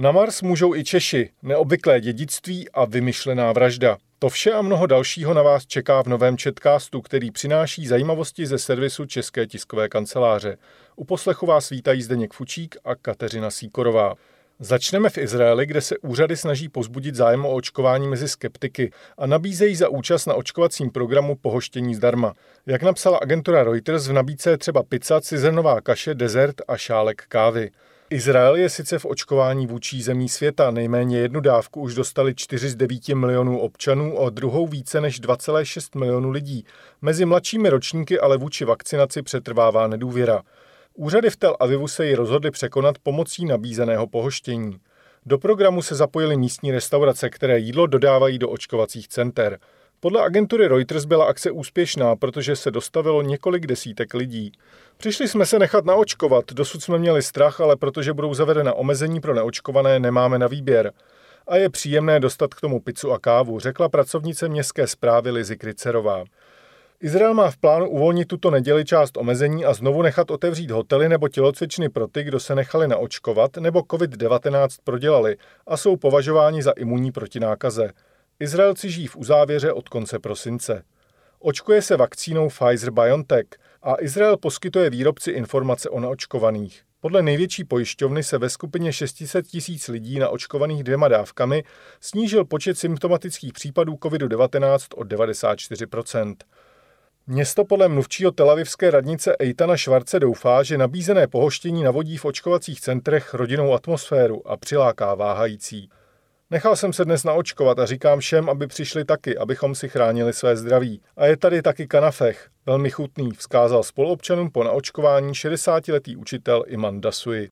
Na Mars můžou i Češi, neobvyklé dědictví a vymyšlená vražda. To vše a mnoho dalšího na vás čeká v novém chatcastu, který přináší zajímavosti ze servisu České tiskové kanceláře. U poslechu vás vítají Zdeněk Fučík a Kateřina Sýkorová. Začneme v Izraeli, kde se úřady snaží povzbudit zájem o očkování mezi skeptiky a nabízejí za účast na očkovacím programu pohoštění zdarma. Jak napsala agentura Reuters, v nabídce je třeba pizza, cizrnová kaše, dezert a šálek kávy. Izrael je sice v očkování vůdčí zemí světa, nejméně jednu dávku už dostali 4 z 9 milionů občanů, o druhou více než 2,6 milionu lidí. Mezi mladšími ročníky ale vůči vakcinaci přetrvává nedůvěra. Úřady v Tel Avivu se ji rozhodly překonat pomocí nabízeného pohoštění. Do programu se zapojily místní restaurace, které jídlo dodávají do očkovacích center. Podle agentury Reuters byla akce úspěšná, protože se dostavilo několik desítek lidí. Přišli jsme se nechat naočkovat, dosud jsme měli strach, ale protože budou zavedena omezení pro neočkované, nemáme na výběr. A je příjemné dostat k tomu pizzu a kávu, řekla pracovnice městské správy Lizy Krycerová. Izrael má v plánu uvolnit tuto neděli část omezení a znovu nechat otevřít hotely nebo tělocvičny pro ty, kdo se nechali naočkovat nebo COVID-19 prodělali a jsou považováni za imunní proti nákaze. Izraelci žijí v uzávěře od konce prosince. Očkuje se vakcínou Pfizer-BioNTech a Izrael poskytuje výrobci informace o naočkovaných. Podle největší pojišťovny se ve skupině 600 000 lidí naočkovaných 2 dávkami snížil počet symptomatických případů COVID-19 o 94%. Město podle mluvčího telavivské radnice Eitana Švarce doufá, že nabízené pohoštění navodí v očkovacích centrech rodinnou atmosféru a přiláká váhající. Nechal jsem se dnes naočkovat a říkám všem, aby přišli taky, abychom si chránili své zdraví. A je tady taky kanafech, velmi chutný, vzkázal spoluobčanům po naočkování 60letý učitel Iman Dasui.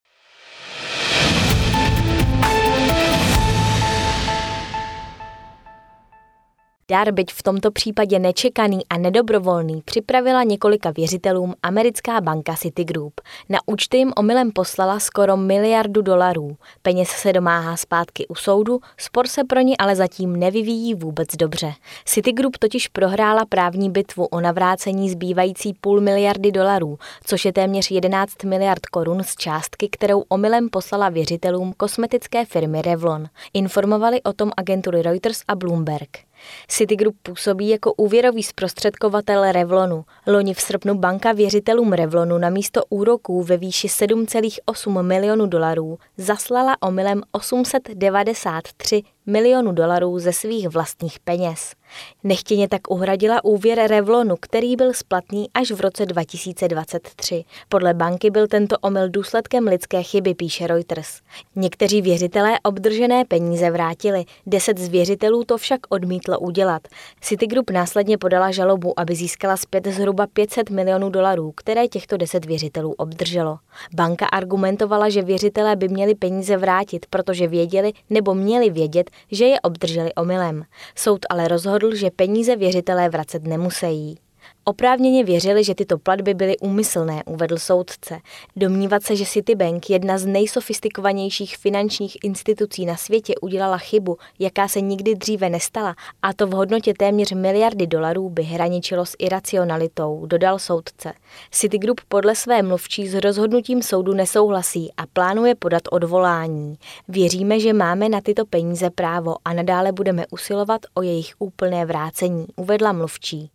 Dar, byť v tomto případě nečekaný a nedobrovolný, připravila několika věřitelům americká banka Citigroup. Na účty jim omylem poslala skoro $1 miliardu. Peněz se domáhá zpátky u soudu, spor se pro ní ale zatím nevyvíjí vůbec dobře. Citigroup totiž prohrála právní bitvu o navrácení zbývající $0,5 miliardy, což je téměř 11 miliard korun z částky, kterou omylem poslala věřitelům kosmetické firmy Revlon. Informovali o tom agentury Reuters a Bloomberg. Citigroup působí jako úvěrový zprostředkovatel Revlonu. Loni v srpnu banka věřitelům Revlonu namísto úroků ve výši $7,8 milionu zaslala omylem $893 milionů ze svých vlastních peněz. Nechtěně tak uhradila úvěr Revlonu, který byl splatný až v roce 2023. Podle banky byl tento omyl důsledkem lidské chyby, píše Reuters. Někteří věřitelé obdržené peníze vrátili, 10 z věřitelů to však odmítlo udělat. Citigroup následně podala žalobu, aby získala zpět zhruba $500 milionů, které těchto 10 věřitelů obdrželo. Banka argumentovala, že věřitelé by měli peníze vrátit, protože věděli nebo měli vědět, že je obdrželi omylem. Soud ale rozhodl, že peníze věřitelé vracet nemusejí. Oprávněně věřili, že tyto platby byly úmyslné, uvedl soudce. Domnívat se, že Citibank, jedna z nejsofistikovanějších finančních institucí na světě, udělala chybu, jaká se nikdy dříve nestala, a to v hodnotě téměř $1 miliardy, by hraničilo s iracionalitou, dodal soudce. Citigroup podle své mluvčí s rozhodnutím soudu nesouhlasí a plánuje podat odvolání. Věříme, že máme na tyto peníze právo a nadále budeme usilovat o jejich úplné vrácení, uvedla mluvčí.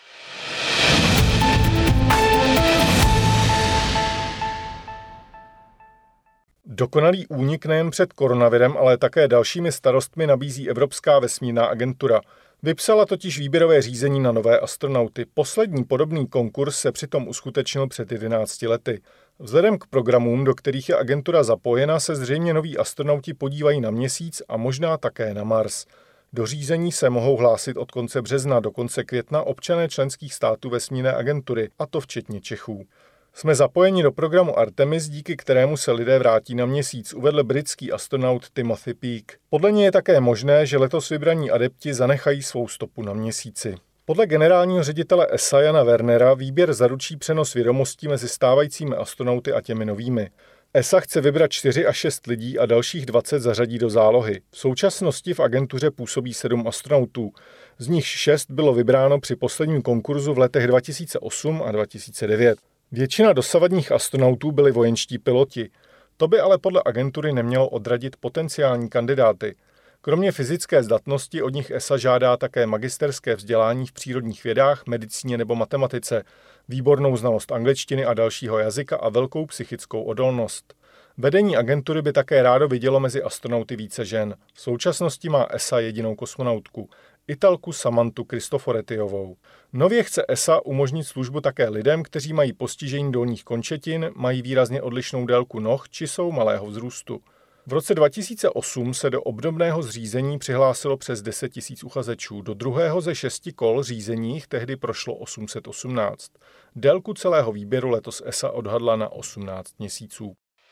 Dokonalý únik nejen před koronavirem, ale také dalšími starostmi nabízí Evropská vesmírná agentura. Vypsala totiž výběrové řízení na nové astronauty. Poslední podobný konkurs se přitom uskutečnil před 11 lety. Vzhledem k programům, do kterých je agentura zapojena, se zřejmě noví astronauti podívají na Měsíc a možná také na Mars. Do řízení se mohou hlásit od konce března do konce května občané členských států vesmírné agentury, a to včetně Čechů. Jsme zapojeni do programu Artemis, díky kterému se lidé vrátí na Měsíc, uvedl britský astronaut Timothy Peake. Podle něj je také možné, že letos vybraní adepti zanechají svou stopu na Měsíci. Podle generálního ředitele ESA Jana Wernera výběr zaručí přenos vědomostí mezi stávajícími astronauty a těmi novými. ESA chce vybrat 4 až 6 lidí a dalších 20 zařadí do zálohy. V současnosti v agentuře působí 7 astronautů. Z nich 6 bylo vybráno při posledním konkurzu v letech 2008 a 2009. Většina dosavadních astronautů byli vojenští piloti. To by ale podle agentury nemělo odradit potenciální kandidáty. Kromě fyzické zdatnosti od nich ESA žádá také magisterské vzdělání v přírodních vědách, medicíně nebo matematice, výbornou znalost angličtiny a dalšího jazyka a velkou psychickou odolnost. Vedení agentury by také rádo vidělo mezi astronauty více žen. V současnosti má ESA jedinou kosmonautku, Italku Samantu Cristoforetiovou. Nově chce ESA umožnit službu také lidem, kteří mají postižení dolních končetin, mají výrazně odlišnou délku noh či jsou malého vzrůstu. V roce 2008 se do obdobného zřízení přihlásilo přes 10 000 uchazečů. Do druhého ze 6 kol řízení tehdy prošlo 818. Délku celého výběru letos ESA odhadla na 18 měsíců.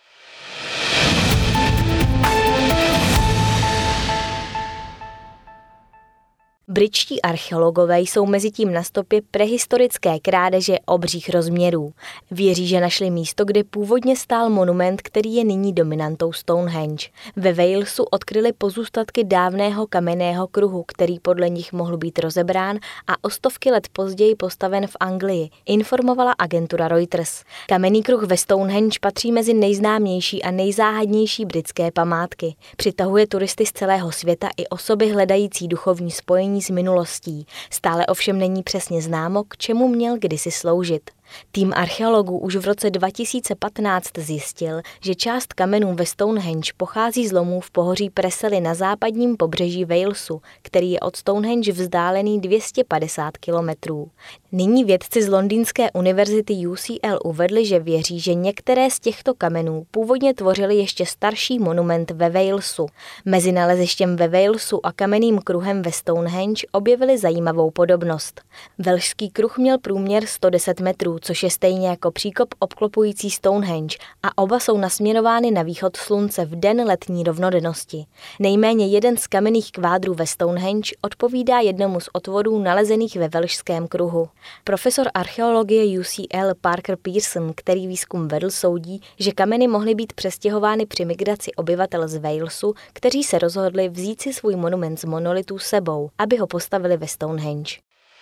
Britští archeologové jsou mezitím na stopě prehistorické krádeže obřích rozměrů. Věří, že našli místo, kde původně stál monument, který je nyní dominantou Stonehenge. Ve Walesu odkryli pozůstatky dávného kamenného kruhu, který podle nich mohl být rozebrán a o stovky let později postaven v Anglii, informovala agentura Reuters. Kamenný kruh ve Stonehenge patří mezi nejznámější a nejzáhadnější britské památky. Přitahuje turisty z celého světa i osoby hledající duchovní spojení s minulostí. Stále ovšem není přesně známo, k čemu měl kdysi sloužit. Tým archeologů už v roce 2015 zjistil, že část kamenů ve Stonehenge pochází z lomů v pohoří Preseli na západním pobřeží Walesu, který je od Stonehenge vzdálený 250 kilometrů. Nyní vědci z londýnské univerzity UCL uvedli, že věří, že některé z těchto kamenů původně tvořily ještě starší monument ve Walesu. Mezi nalezištěm ve Walesu a kamenným kruhem ve Stonehenge objevili zajímavou podobnost. Velšský kruh měl průměr 110 metrů, což je stejně jako příkop obklopující Stonehenge, a oba jsou nasměrovány na východ slunce v den letní rovnodennosti. Nejméně jeden z kamenných kvádrů ve Stonehenge odpovídá jednomu z otvorů nalezených ve Velšském kruhu. Profesor archeologie UCL Parker Pearson, který výzkum vedl, soudí, že kameny mohly být přestěhovány při migraci obyvatel z Walesu, kteří se rozhodli vzít si svůj monument z monolitů sebou, aby ho postavili ve Stonehenge.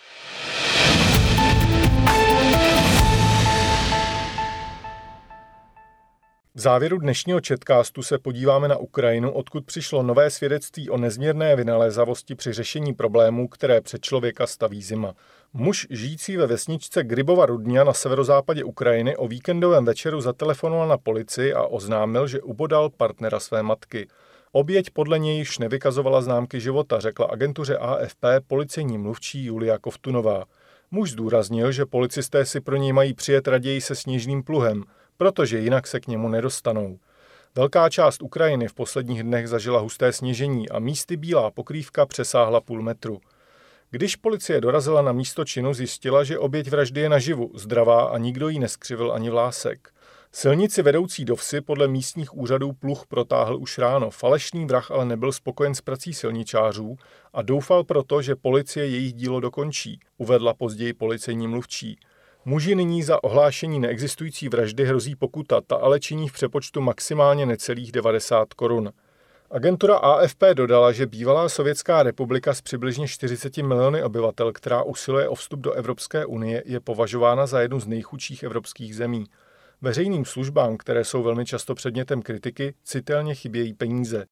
V závěru dnešního Chatcastu se podíváme na Ukrajinu, odkud přišlo nové svědectví o nezměrné vynalézavosti při řešení problémů, které před člověka staví zima. Muž žijící ve vesničce Grybova Rudňa na severozápadě Ukrajiny o víkendovém večeru zatelefonoval na policii a oznámil, že ubodal partnera své matky. Oběť podle něj již nevykazovala známky života, řekla agentuře AFP policejní mluvčí Julia Kovtunová. Muž zdůraznil, že policisté si pro něj mají přijet raději se sněžným pluhem, protože jinak se k němu nedostanou. Velká část Ukrajiny v posledních dnech zažila husté sněžení a místy bílá pokrývka přesáhla půl metru. Když policie dorazila na místo činu, zjistila, že oběť vraždy je naživu, zdravá a nikdo jí neskřivil ani vlásek. Silnici vedoucí do vsi podle místních úřadů pluh protáhl už ráno. Falešný vrah ale nebyl spokojen s prací silničářů a doufal proto, že policie jejich dílo dokončí, uvedla později policejní mluvčí. Muži nyní za ohlášení neexistující vraždy hrozí pokuta, ta ale činí v přepočtu maximálně necelých 90 korun. Agentura AFP dodala, že bývalá Sovětská republika s přibližně 40 miliony obyvatel, která usiluje o vstup do Evropské unie, je považována za jednu z nejchudších evropských zemí. Veřejným službám, které jsou velmi často předmětem kritiky, citelně chybějí peníze.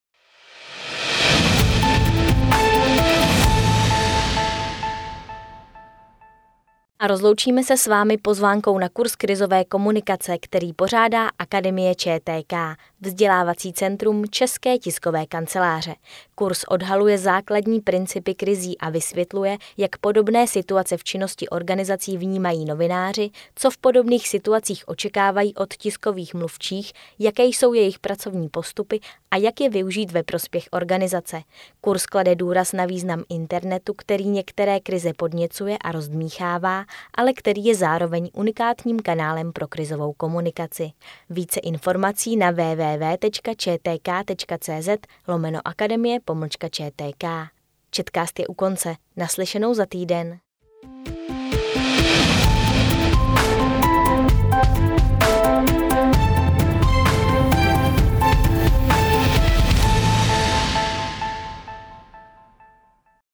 A rozloučíme se s vámi pozvánkou na kurz krizové komunikace, který pořádá Akademie ČTK, vzdělávací centrum České tiskové kanceláře. Kurz odhaluje základní principy krizí a vysvětluje, jak podobné situace v činnosti organizací vnímají novináři, co v podobných situacích očekávají od tiskových mluvčích, jaké jsou jejich pracovní postupy a jak je využít ve prospěch organizace. Kurz klade důraz na význam internetu, který některé krize podněcuje a rozdmíchává, ale který je zároveň unikátním kanálem pro krizovou komunikaci. Více informací na www.čtk.cz/akademie-čtk. Chatcast je u konce. Naslyšenou za týden.